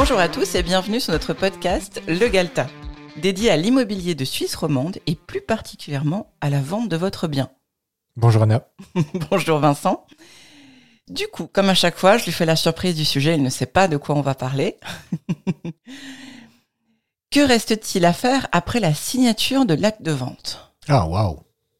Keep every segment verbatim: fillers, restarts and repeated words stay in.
Bonjour à tous et bienvenue sur notre podcast Le Galetas, dédié à l'immobilier de Suisse romande et plus particulièrement à la vente de votre bien. Bonjour Anna. Bonjour Vincent. Du coup, comme à chaque fois, je lui fais la surprise du sujet, il ne sait pas de quoi on va parler. Que reste-t-il à faire après la signature de l'acte de vente ? Ah, waouh.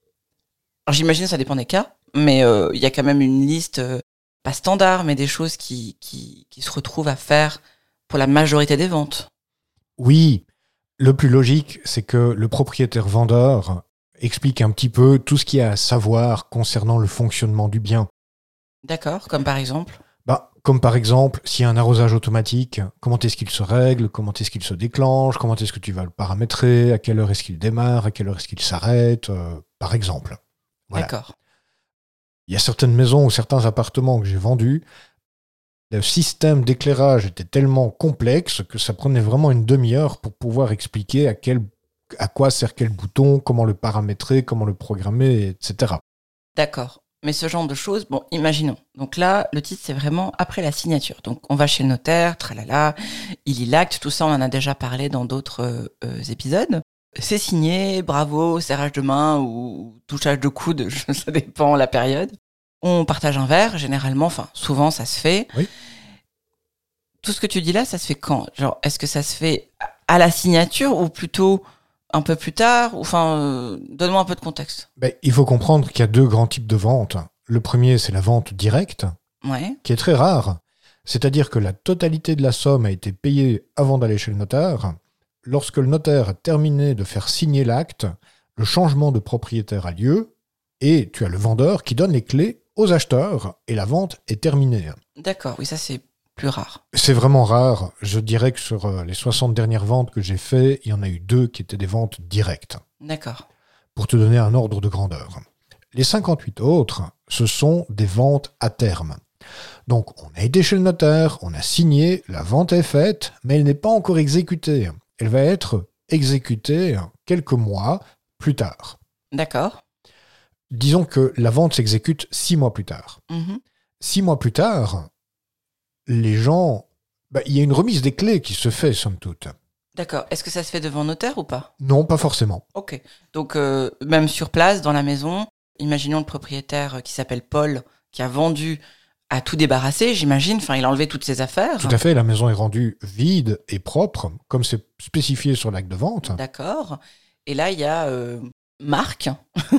Alors j'imagine que ça dépend des cas, mais euh, il y a quand même une liste, euh, pas standard, mais des choses qui, qui, qui se retrouvent à faire pour la majorité des ventes. Oui, le plus logique, c'est que le propriétaire-vendeur explique un petit peu tout ce qu'il y a à savoir concernant le fonctionnement du bien. D'accord, comme par exemple ? Bah, comme par exemple, s'il y a un arrosage automatique, comment est-ce qu'il se règle, comment est-ce qu'il se déclenche, comment est-ce que tu vas le paramétrer, à quelle heure est-ce qu'il démarre, à quelle heure est-ce qu'il s'arrête, euh, par exemple. Voilà. D'accord. Il y a certaines maisons ou certains appartements que j'ai vendus, le système d'éclairage était tellement complexe que ça prenait vraiment une demi-heure pour pouvoir expliquer à, quel, à quoi sert quel bouton, comment le paramétrer, comment le programmer, et cetera. D'accord. Mais ce genre de choses, bon, imaginons. Donc là, le titre, c'est vraiment après la signature. Donc, on va chez le notaire, tralala, il lit l'acte, tout ça, on en a déjà parlé dans d'autres euh, épisodes. C'est signé, bravo, serrage de main ou touchage de coude, ça dépend la période. On partage un verre, généralement, enfin, souvent, ça se fait. Oui. Tout ce que tu dis là, ça se fait quand ? Genre, est-ce que ça se fait à la signature ou plutôt un peu plus tard ? Enfin, euh, donne-moi un peu de contexte. Ben, il faut comprendre qu'il y a deux grands types de ventes. Le premier, c'est la vente directe, Ouais. qui est très rare. C'est-à-dire que la totalité de la somme a été payée avant d'aller chez le notaire. Lorsque le notaire a terminé de faire signer l'acte, le changement de propriétaire a lieu et tu as le vendeur qui donne les clés aux acheteurs et la vente est terminée. D'accord, oui, ça c'est plus rare. C'est vraiment rare. Je dirais que sur les soixante dernières ventes que j'ai faites, il y en a eu deux qui étaient des ventes directes. D'accord. Pour te donner un ordre de grandeur. Les cinquante-huit autres, ce sont des ventes à terme. Donc, on a été chez le notaire, on a signé, la vente est faite, mais elle n'est pas encore exécutée. Elle va être exécutée quelques mois plus tard. D'accord. Disons que la vente s'exécute six mois plus tard. Mmh. Six mois plus tard, les gens... Bah, il y a une remise des clés qui se fait, somme toute. D'accord. Est-ce que ça se fait devant notaire ou pas ? Non, pas forcément. Ok. Donc, euh, même sur place, dans la maison, imaginons le propriétaire qui s'appelle Paul, qui a vendu, a tout débarrassé, j'imagine. Enfin, il a enlevé toutes ses affaires. Tout à fait, la maison est rendue vide et propre, comme c'est spécifié sur l'acte de vente. D'accord. Et là, il y a euh, Marc,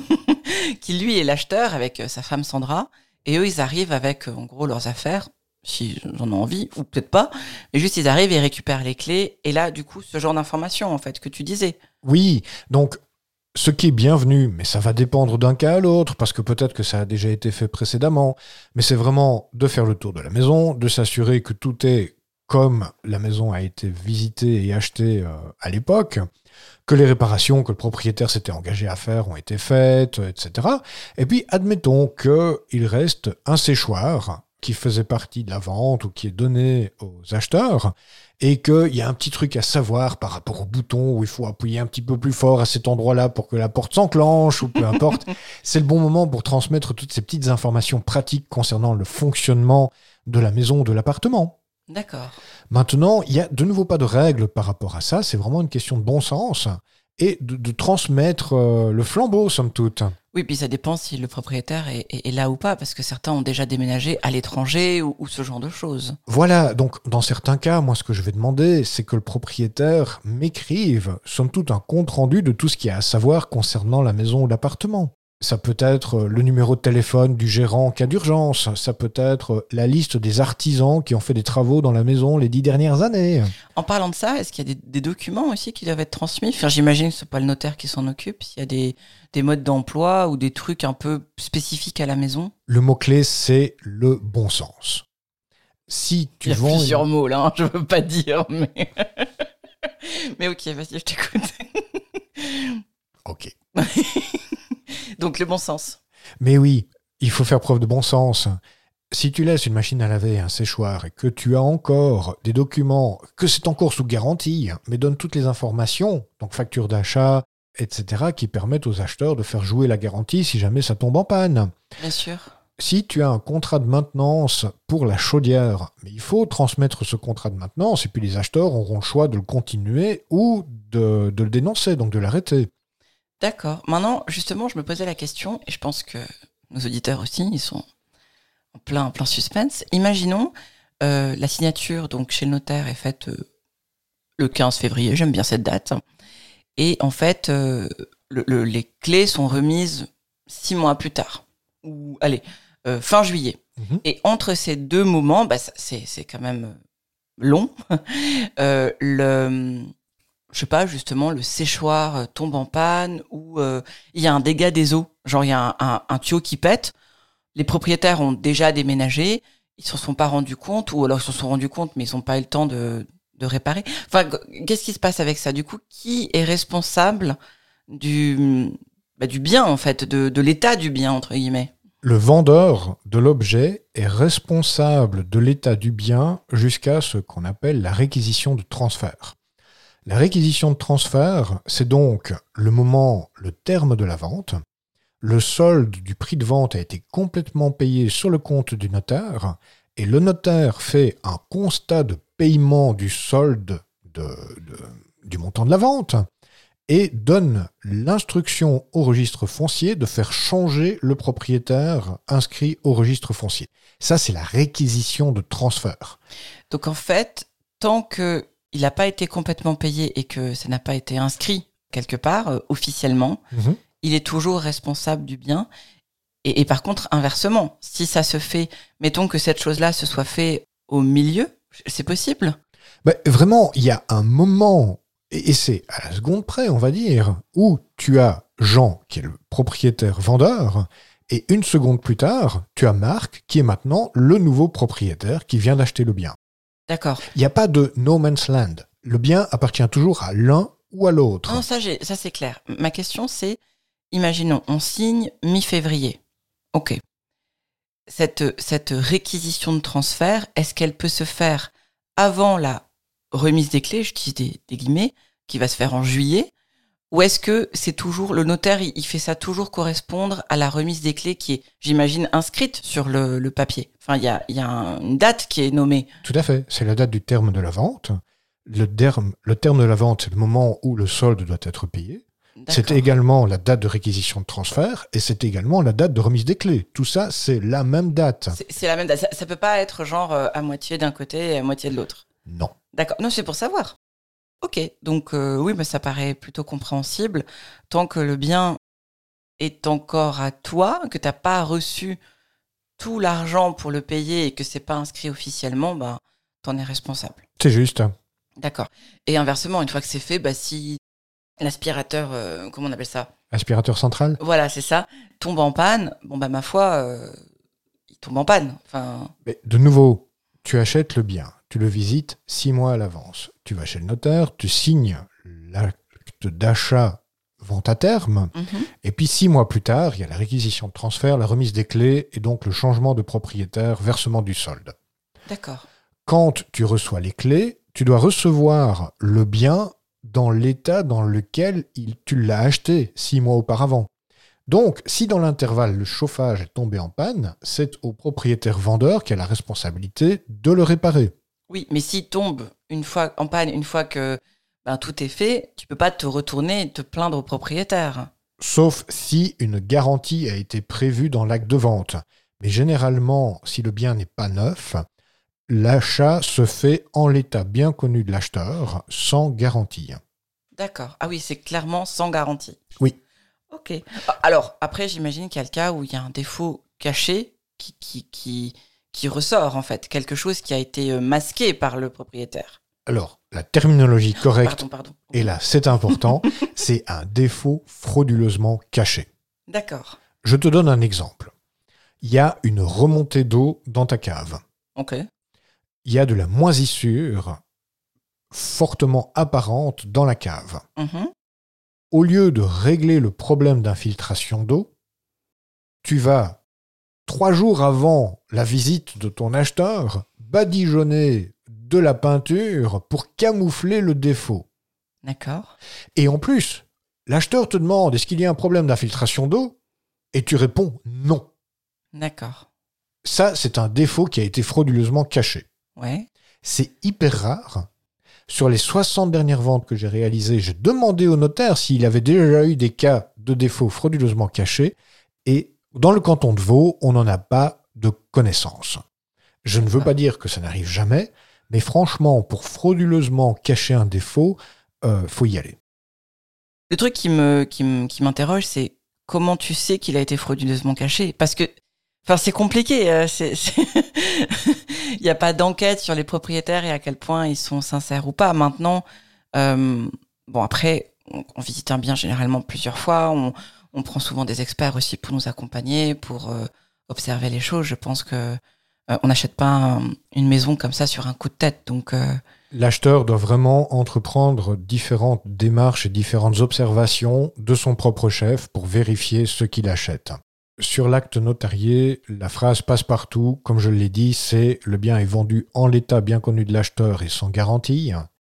qui lui est l'acheteur avec euh, sa femme Sandra. Et eux, ils arrivent avec, euh, en gros, leurs affaires, si j'en ai envie, ou peut-être pas. Mais juste, ils arrivent et récupèrent les clés. Et là, du coup, ce genre d'informations, en fait, que tu disais. Oui, donc ce qui est bienvenu, mais ça va dépendre d'un cas à l'autre, parce que peut-être que ça a déjà été fait précédemment, mais c'est vraiment de faire le tour de la maison, de s'assurer que tout est comme la maison a été visitée et achetée euh, à l'époque, que les réparations que le propriétaire s'était engagé à faire ont été faites, et cetera. Et puis, admettons qu'il reste un séchoir qui faisait partie de la vente ou qui est donné aux acheteurs, et qu'il y a un petit truc à savoir par rapport au bouton où il faut appuyer un petit peu plus fort à cet endroit-là pour que la porte s'enclenche, ou peu importe. C'est le bon moment pour transmettre toutes ces petites informations pratiques concernant le fonctionnement de la maison ou de l'appartement. D'accord. Maintenant, il n'y a de nouveau pas de règles par rapport à ça, c'est vraiment une question de bon sens et de, de transmettre euh, le flambeau, somme toute. Oui, puis ça dépend si le propriétaire est, est, est là ou pas, parce que certains ont déjà déménagé à l'étranger ou, ou ce genre de choses. Voilà, donc dans certains cas, moi ce que je vais demander, c'est que le propriétaire m'écrive, somme toute, un compte-rendu de tout ce qu'il y a à savoir concernant la maison ou l'appartement. Ça peut être le numéro de téléphone du gérant en cas d'urgence. Ça peut être la liste des artisans qui ont fait des travaux dans la maison les dix dernières années. En parlant de ça, est-ce qu'il y a des, des documents aussi qui doivent être transmis ? Enfin, j'imagine que ce n'est pas le notaire qui s'en occupe. S'il y a des, des modes d'emploi ou des trucs un peu spécifiques à la maison ? Le mot-clé, c'est le bon sens. Si tu Il y a vends plusieurs une... mots là, hein, je ne veux pas dire, mais... mais ok, vas-y, je t'écoute. Ok. Donc le bon sens. Mais oui, il faut faire preuve de bon sens. Si tu laisses une machine à laver, un séchoir, et que tu as encore des documents, que c'est encore sous garantie, mais donne toutes les informations, donc facture d'achat, et cetera, qui permettent aux acheteurs de faire jouer la garantie si jamais ça tombe en panne. Bien sûr. si tu as un contrat de maintenance pour la chaudière, mais il faut transmettre ce contrat de maintenance et puis les acheteurs auront le choix de le continuer ou de, de le dénoncer, donc de l'arrêter. D'accord. Maintenant, justement, je me posais la question, et je pense que nos auditeurs aussi, ils sont en plein, en plein suspense. Imaginons, euh, la signature donc chez le notaire est faite euh, le quinze février, j'aime bien cette date, et en fait, euh, le, le, les clés sont remises six mois plus tard, ou allez, euh, fin juillet. Mmh. Et entre ces deux moments, bah, ça, c'est, c'est quand même long, euh, le... je sais pas, justement, le séchoir tombe en panne ou il euh, y a un dégât des eaux. Genre, il y a un, un, un tuyau qui pète. Les propriétaires ont déjà déménagé. Ils ne se sont pas rendus compte ou alors ils se sont rendus compte, mais ils n'ont pas eu le temps de, de réparer. Enfin, qu'est-ce qui se passe avec ça? Du coup, qui est responsable du, bah, du bien, en fait, de, de l'état du bien, entre guillemets? Le vendeur de l'objet est responsable de l'état du bien jusqu'à ce qu'on appelle la réquisition de transfert. La réquisition de transfert, c'est donc le moment, le terme de la vente. Le solde du prix de vente a été complètement payé sur le compte du notaire et le notaire fait un constat de paiement du solde de, de, du montant de la vente et donne l'instruction au registre foncier de faire changer le propriétaire inscrit au registre foncier. Ça, c'est la réquisition de transfert. Donc en fait, tant que il n'a pas été complètement payé et que ça n'a pas été inscrit quelque part, euh, officiellement, mmh. il est toujours responsable du bien. Et, et par contre, inversement, si ça se fait, mettons que cette chose-là se soit fait au milieu, c'est possible? Ben, vraiment, il y a un moment, et, et c'est à la seconde près, on va dire, où tu as Jean, qui est le propriétaire-vendeur, et une seconde plus tard, tu as Marc, qui est maintenant le nouveau propriétaire qui vient d'acheter le bien. D'accord. Il n'y a pas de no man's land. Le bien appartient toujours à l'un ou à l'autre. Non, ça, j'ai, ça c'est clair. Ma question, c'est, imaginons, on signe mi-février. OK. Cette, cette réquisition de transfert, est-ce qu'elle peut se faire avant la remise des clés, je dis des, des guillemets, qui va se faire en juillet, ou est-ce que c'est toujours, le notaire, il, il fait ça toujours correspondre à la remise des clés qui est, j'imagine, inscrite sur le, le papier? Enfin, il y a, y a un, une date qui est nommée. Tout à fait. C'est la date du terme de la vente. Le terme, le terme de la vente, c'est le moment où le solde doit être payé. D'accord. C'est également la date de réquisition de transfert et c'est également la date de remise des clés. Tout ça, c'est la même date. C'est, c'est la même date. Ça, ça peut pas être genre euh, à moitié d'un côté et à moitié de l'autre. Non. D'accord. Non, c'est pour savoir. Ok, donc euh, oui, mais ça paraît plutôt compréhensible. Tant que le bien est encore à toi, que tu n'as pas reçu tout l'argent pour le payer et que c'est pas inscrit officiellement, bah, tu en es responsable. C'est juste. D'accord. Et inversement, une fois que c'est fait, bah, si l'aspirateur, euh, comment on appelle ça? Aspirateur central? Voilà, c'est ça, tombe en panne, bon, bah, ma foi, euh, il tombe en panne. Enfin... Mais de nouveau, tu achètes le bien. Tu le visites six mois à l'avance. Tu vas chez le notaire, tu signes l'acte d'achat vente à terme, mmh. et puis six mois plus tard, il y a la réquisition de transfert, la remise des clés, et donc le changement de propriétaire, versement du solde. D'accord. Quand tu reçois les clés, tu dois recevoir le bien dans l'état dans lequel il, tu l'as acheté six mois auparavant. Donc, si dans l'intervalle, le chauffage est tombé en panne, c'est au propriétaire vendeur qui a la responsabilité de le réparer. Oui, mais s'il tombe une fois en panne, une fois que ben, tout est fait, tu peux pas te retourner et te plaindre au propriétaire. Sauf si une garantie a été prévue dans l'acte de vente. Mais généralement, si le bien n'est pas neuf, l'achat se fait en l'état bien connu de l'acheteur, sans garantie. D'accord. Ah oui, c'est clairement sans garantie. Oui. Ok. Alors, après, j'imagine qu'il y a le cas où il y a un défaut caché qui... qui, qui... qui ressort, en fait, quelque chose qui a été masqué par le propriétaire. Alors, la terminologie correcte, pardon, pardon. et là, c'est important, c'est un défaut frauduleusement caché. D'accord. Je te donne un exemple. Il y a une remontée d'eau dans ta cave. Ok. Il y a de la moisissure fortement apparente dans la cave. Mm-hmm. Au lieu de régler le problème d'infiltration d'eau, tu vas trois jours avant la visite de ton acheteur, badigeonner de la peinture pour camoufler le défaut. D'accord. Et en plus, l'acheteur te demande est-ce qu'il y a un problème d'infiltration d'eau? Et tu réponds non. D'accord. Ça, c'est un défaut qui a été frauduleusement caché. Ouais. C'est hyper rare. Sur les soixante dernières ventes que j'ai réalisées, j'ai demandé au notaire s'il avait déjà eu des cas de défauts frauduleusement cachés. Et dans le canton de Vaud, on n'en a pas de connaissance. Je ne veux pas dire que ça n'arrive jamais, mais franchement, pour frauduleusement cacher un défaut, euh, faut y aller. Le truc qui me, qui me, qui m'interroge, c'est comment tu sais qu'il a été frauduleusement caché? Parce que, enfin, c'est compliqué. Euh, c'est, c'est... Il n'y a pas d'enquête sur les propriétaires et à quel point ils sont sincères ou pas. Maintenant, euh, bon, après, on, on visite un bien généralement plusieurs fois. On, on prend souvent des experts aussi pour nous accompagner, pour euh, observer les choses. Je pense que euh, on n'achète pas un, une maison comme ça sur un coup de tête. Donc, euh... l'acheteur doit vraiment entreprendre différentes démarches et différentes observations de son propre chef pour vérifier ce qu'il achète. Sur l'acte notarié, la phrase passe partout. Comme je l'ai dit, c'est « le bien est vendu en l'état bien connu de l'acheteur et sans garantie ».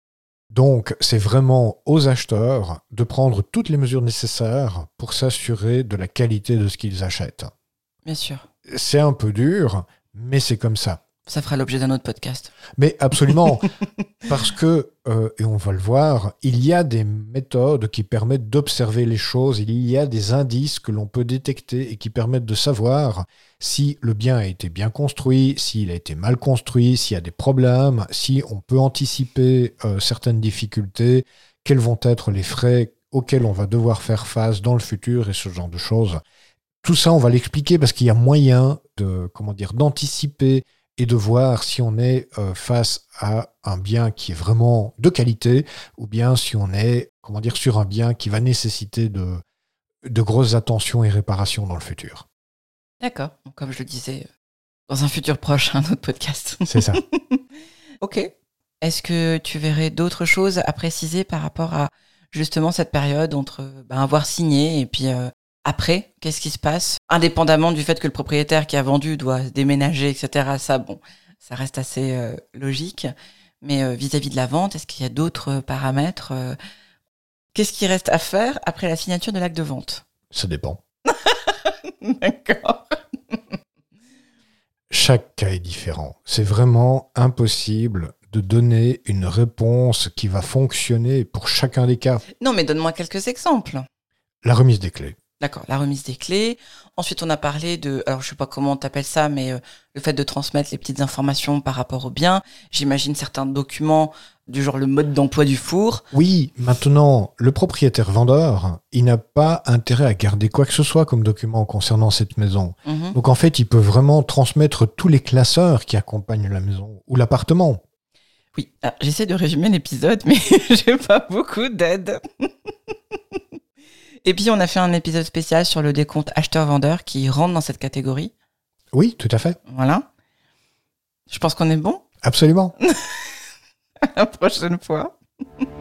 Donc, c'est vraiment aux acheteurs de prendre toutes les mesures nécessaires pour s'assurer de la qualité de ce qu'ils achètent. Bien sûr. C'est un peu dur, mais c'est comme ça. Ça fera l'objet d'un autre podcast. Mais absolument, parce que, euh, et on va le voir, il y a des méthodes qui permettent d'observer les choses, il y a des indices que l'on peut détecter et qui permettent de savoir si le bien a été bien construit, s'il a été mal construit, s'il y a des problèmes, si on peut anticiper euh, certaines difficultés, quels vont être les frais auxquels on va devoir faire face dans le futur et ce genre de choses. Tout ça, on va l'expliquer parce qu'il y a moyen de, comment dire, d'anticiper et de voir si on est euh, face à un bien qui est vraiment de qualité ou bien si on est, comment dire, sur un bien qui va nécessiter de, de grosses attentions et réparations dans le futur. D'accord. Comme je le disais, dans un futur proche, un autre podcast. C'est ça. Ok. Est-ce que tu verrais d'autres choses à préciser par rapport à justement cette période entre ben, avoir signé et puis euh, après, qu'est-ce qui se passe? Indépendamment du fait que le propriétaire qui a vendu doit déménager, et cetera. Ça, bon, ça reste assez euh, logique. Mais euh, vis-à-vis de la vente, est-ce qu'il y a d'autres paramètres euh, Qu'est-ce qui reste à faire après la signature de l'acte de vente? Ça dépend. D'accord. Chaque cas est différent. C'est vraiment impossible de donner une réponse qui va fonctionner pour chacun des cas. Non, mais donne-moi quelques exemples. La remise des clés. D'accord, la remise des clés. Ensuite, on a parlé de, alors je sais pas comment on t'appelle ça, mais euh, le fait de transmettre les petites informations par rapport au bien. J'imagine certains documents du genre le mode d'emploi du four. Oui, maintenant, le propriétaire vendeur, il n'a pas intérêt à garder quoi que ce soit comme document concernant cette maison. Mm-hmm. Donc en fait, il peut vraiment transmettre tous les classeurs qui accompagnent la maison ou l'appartement. Oui, alors, j'essaie de résumer l'épisode, mais j'ai pas beaucoup d'aide. Et puis, on a fait un épisode spécial sur le décompte acheteur-vendeur qui rentre dans cette catégorie. Oui, tout à fait. Voilà. Je pense qu'on est bon. Absolument. À la prochaine fois.